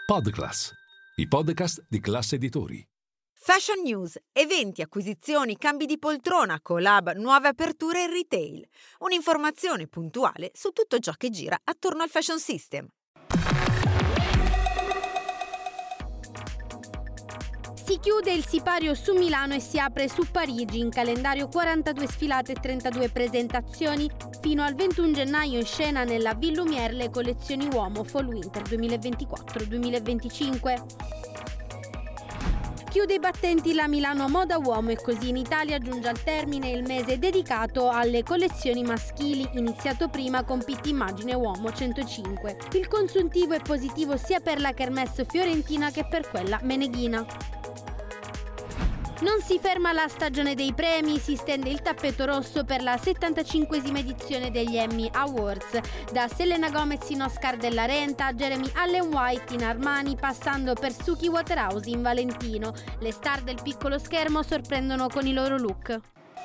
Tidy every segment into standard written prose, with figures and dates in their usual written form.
Podclass, i podcast di Class Editori. Fashion News, eventi, acquisizioni, cambi di poltrona, collab, nuove aperture in retail. Un'informazione puntuale su tutto ciò che gira attorno al fashion system. Si chiude il sipario su Milano e si apre su Parigi, in calendario 42 sfilate e 32 presentazioni. Fino al 21 gennaio in scena nella Ville Lumière le collezioni uomo Fall Winter 2024-2025. Chiude i battenti la Milano Moda Uomo e così in Italia giunge al termine il mese dedicato alle collezioni maschili, iniziato prima con Pitt Immagine Uomo 105. Il consuntivo è positivo sia per la kermesse fiorentina che per quella meneghina. Non si ferma la stagione dei premi, si stende il tappeto rosso per la 75esima edizione degli Emmy Awards. Da Selena Gomez in Oscar della Renta a Jeremy Allen White in Armani, passando per Suki Waterhouse in Valentino. Le star del piccolo schermo sorprendono con i loro look.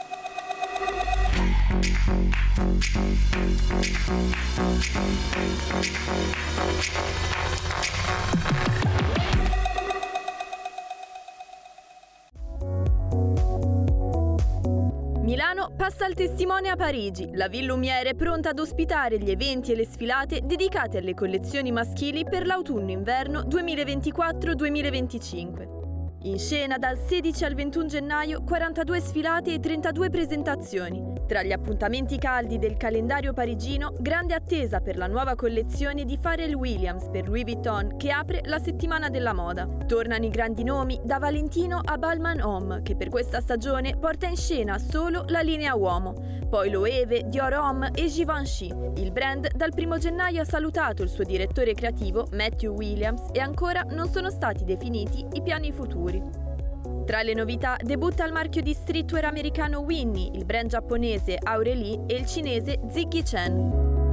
Milano passa al testimone a Parigi. La Ville Lumière è pronta ad ospitare gli eventi e le sfilate dedicate alle collezioni maschili per l'autunno-inverno 2024-2025. In scena dal 16 al 21 gennaio 42 sfilate e 32 presentazioni. Tra gli appuntamenti caldi del calendario parigino, grande attesa per la nuova collezione di Pharrell Williams per Louis Vuitton che apre la settimana della moda. Tornano i grandi nomi da Valentino a Balmain Homme, che per questa stagione porta in scena solo la linea uomo. Poi Loewe, Dior Homme e Givenchy. Il brand dal 1 gennaio ha salutato il suo direttore creativo Matthew Williams e ancora non sono stati definiti i piani futuri. Tra le novità debutta il marchio di streetwear americano Winnie, il brand giapponese Aurelie e il cinese Ziggy Chen.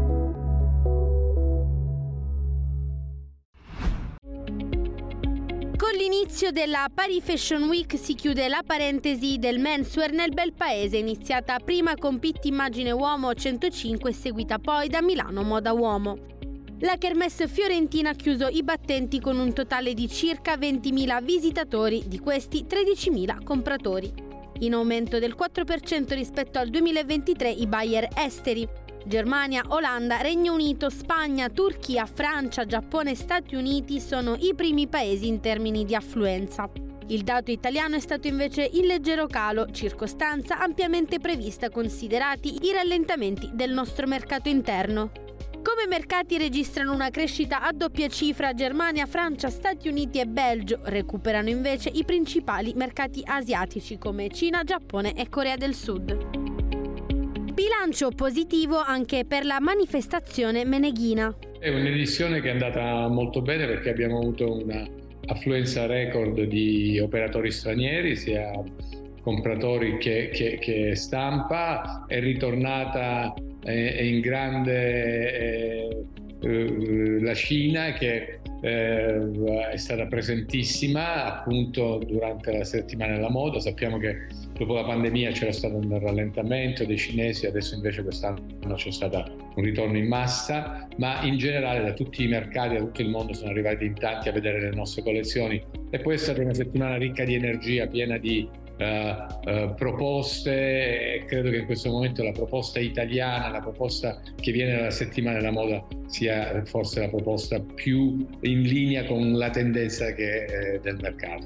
Con l'inizio della Paris Fashion Week si chiude la parentesi del menswear nel bel paese, iniziata prima con Pitt Immagine Uomo 105 e seguita poi da Milano Moda Uomo. La kermesse fiorentina ha chiuso i battenti con un totale di circa 20.000 visitatori, di questi 13.000 compratori. In aumento del 4% rispetto al 2023 i buyer esteri. Germania, Olanda, Regno Unito, Spagna, Turchia, Francia, Giappone e Stati Uniti sono i primi paesi in termini di affluenza. Il dato italiano è stato invece in leggero calo, circostanza ampiamente prevista considerati i rallentamenti del nostro mercato interno. Come mercati registrano una crescita a doppia cifra Germania, Francia, Stati Uniti e Belgio, recuperano invece i principali mercati asiatici come Cina, Giappone e Corea del Sud. Bilancio positivo anche per la manifestazione meneghina. È un'edizione che è andata molto bene perché abbiamo avuto una affluenza record di operatori stranieri, sia compratori che stampa. È ritornata in grande la Cina, che è stata presentissima appunto durante la settimana della moda. Sappiamo che dopo la pandemia c'era stato un rallentamento dei cinesi, adesso invece quest'anno c'è stato un ritorno in massa, ma in generale da tutti i mercati, da tutto il mondo sono arrivati in tanti a vedere le nostre collezioni e poi è stata una settimana ricca di energia, piena di proposte, e credo che in questo momento la proposta italiana, la proposta che viene dalla settimana della moda sia forse la proposta più in linea con la tendenza che è del mercato.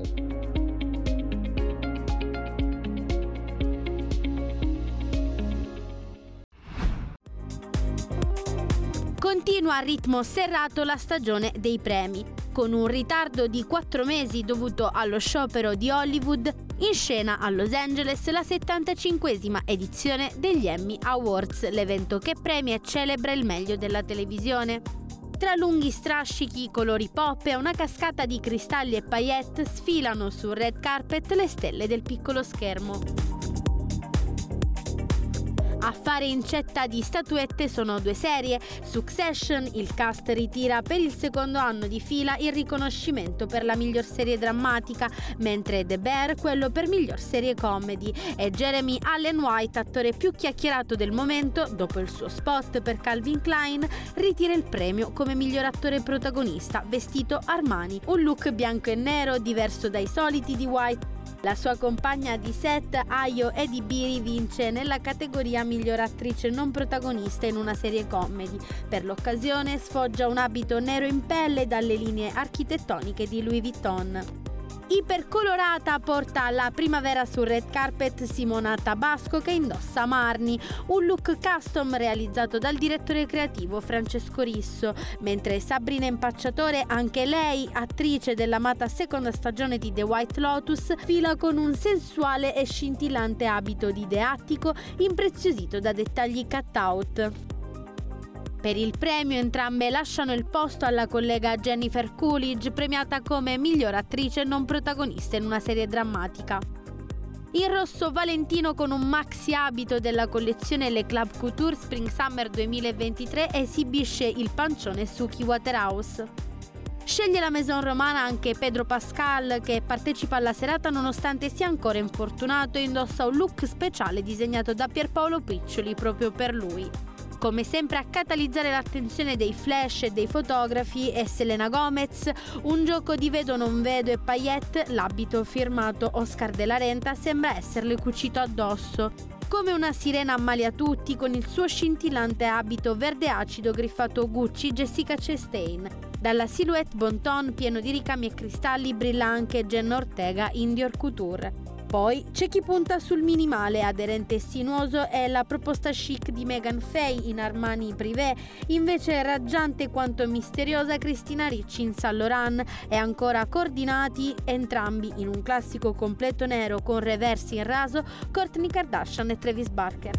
Continua a ritmo serrato la stagione dei premi, con un ritardo di 4 mesi dovuto allo sciopero di Hollywood. In scena a Los Angeles la 75esima edizione degli Emmy Awards, l'evento che premia e celebra il meglio della televisione. Tra lunghi strascichi, colori pop e una cascata di cristalli e paillette sfilano sul red carpet le stelle del piccolo schermo. A fare incetta di statuette sono 2 serie. Succession, il cast ritira per il secondo anno di fila il riconoscimento per la miglior serie drammatica, mentre The Bear quello per miglior serie comedy. E Jeremy Allen White, attore più chiacchierato del momento, dopo il suo spot per Calvin Klein, ritira il premio come miglior attore protagonista vestito Armani. Un look bianco e nero diverso dai soliti di White. La sua compagna di set, Ayo Edebiri, vince nella categoria miglior attrice non protagonista in una serie comedy. Per l'occasione sfoggia un abito nero in pelle dalle linee architettoniche di Louis Vuitton. Ipercolorata porta la primavera sul red carpet Simona Tabasco, che indossa Marni, un look custom realizzato dal direttore creativo Francesco Risso, mentre Sabrina Impacciatore, anche lei attrice dell'amata seconda stagione di The White Lotus, fila con un sensuale e scintillante abito di The Attico impreziosito da dettagli cut-out. Per il premio entrambe lasciano il posto alla collega Jennifer Coolidge, premiata come miglior attrice non protagonista in una serie drammatica. In rosso Valentino, con un maxi abito della collezione Le Club Couture Spring Summer 2023, esibisce il pancione Suki Waterhouse. Sceglie la Maison Romana anche Pedro Pascal, che partecipa alla serata nonostante sia ancora infortunato e indossa un look speciale disegnato da Pierpaolo Piccioli proprio per lui. Come sempre a catalizzare l'attenzione dei flash e dei fotografi è Selena Gomez, un gioco di vedo non vedo e paillette, l'abito firmato Oscar de la Renta sembra esserle cucito addosso. Come una sirena ammalia tutti con il suo scintillante abito verde acido griffato Gucci Jessica Chastain. Dalla silhouette bon ton pieno di ricami e cristalli brilla anche Jenna Ortega in Dior Couture. Poi c'è chi punta sul minimale, aderente e sinuoso è la proposta chic di Meghan Fahy in Armani Privé, invece raggiante quanto misteriosa Christina Ricci in Saint Laurent, e ancora coordinati entrambi in un classico completo nero con reversi in raso Kourtney Kardashian e Travis Barker.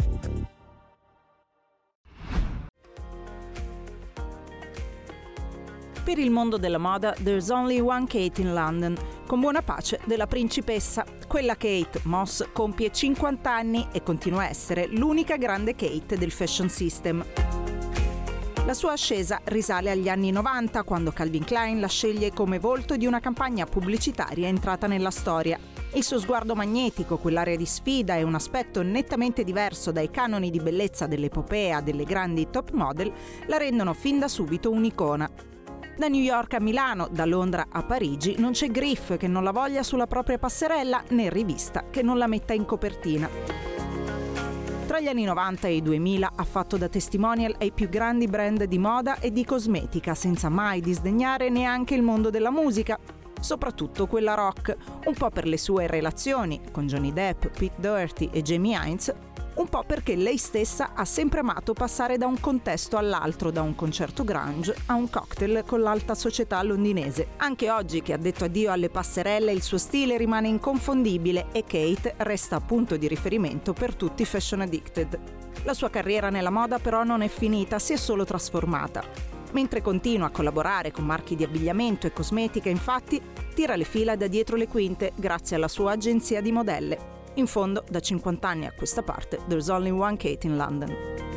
Per il mondo della moda, there's only one Kate in London, con buona pace della principessa. Quella Kate Moss compie 50 anni e continua a essere l'unica grande Kate del fashion system. La sua ascesa risale agli anni 90, quando Calvin Klein la sceglie come volto di una campagna pubblicitaria entrata nella storia. Il suo sguardo magnetico, quell'area di sfida e un aspetto nettamente diverso dai canoni di bellezza dell'epopea delle grandi top model la rendono fin da subito un'icona. Da New York a Milano, da Londra a Parigi, non c'è Griff che non la voglia sulla propria passerella, né rivista che non la metta in copertina. Tra gli anni 90 e i 2000 ha fatto da testimonial ai più grandi brand di moda e di cosmetica, senza mai disdegnare neanche il mondo della musica, soprattutto quella rock, un po' per le sue relazioni con Johnny Depp, Pete Doherty e Jamie Hines, un po' perché lei stessa ha sempre amato passare da un contesto all'altro, da un concerto grunge a un cocktail con l'alta società londinese. Anche oggi che ha detto addio alle passerelle, il suo stile rimane inconfondibile e Kate resta punto di riferimento per tutti i fashion addicted. La sua carriera nella moda però non è finita, si è solo trasformata. Mentre continua a collaborare con marchi di abbigliamento e cosmetica, infatti, tira le fila da dietro le quinte grazie alla sua agenzia di modelle. In fondo, da 50 anni a questa parte, there's only one Kate in London.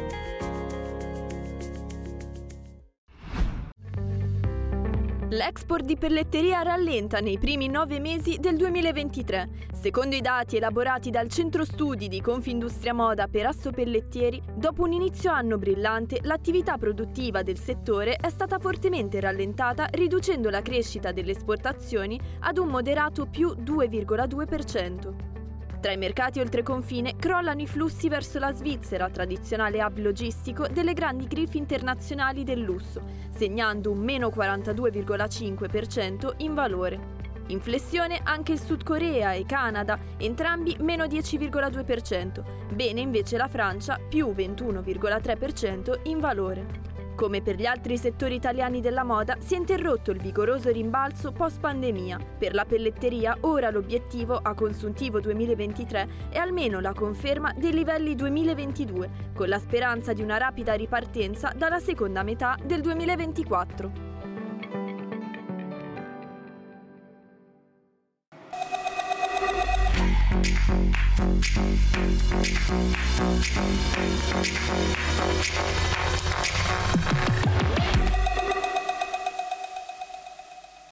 L'export di pelletteria rallenta nei primi 9 mesi del 2023. Secondo i dati elaborati dal Centro Studi di Confindustria Moda per Assopellettieri, dopo un inizio anno brillante, l'attività produttiva del settore è stata fortemente rallentata, riducendo la crescita delle esportazioni ad un moderato più 2,2%. Tra i mercati oltreconfine crollano i flussi verso la Svizzera, tradizionale hub logistico delle grandi griffe internazionali del lusso, segnando un meno 42,5% in valore. In flessione anche il Sud Corea e Canada, entrambi meno 10,2%, bene invece la Francia più 21,3% in valore. Come per gli altri settori italiani della moda, si è interrotto il vigoroso rimbalzo post-pandemia. Per la pelletteria, ora l'obiettivo a consuntivo 2023 è almeno la conferma dei livelli 2022, con la speranza di una rapida ripartenza dalla seconda metà del 2024.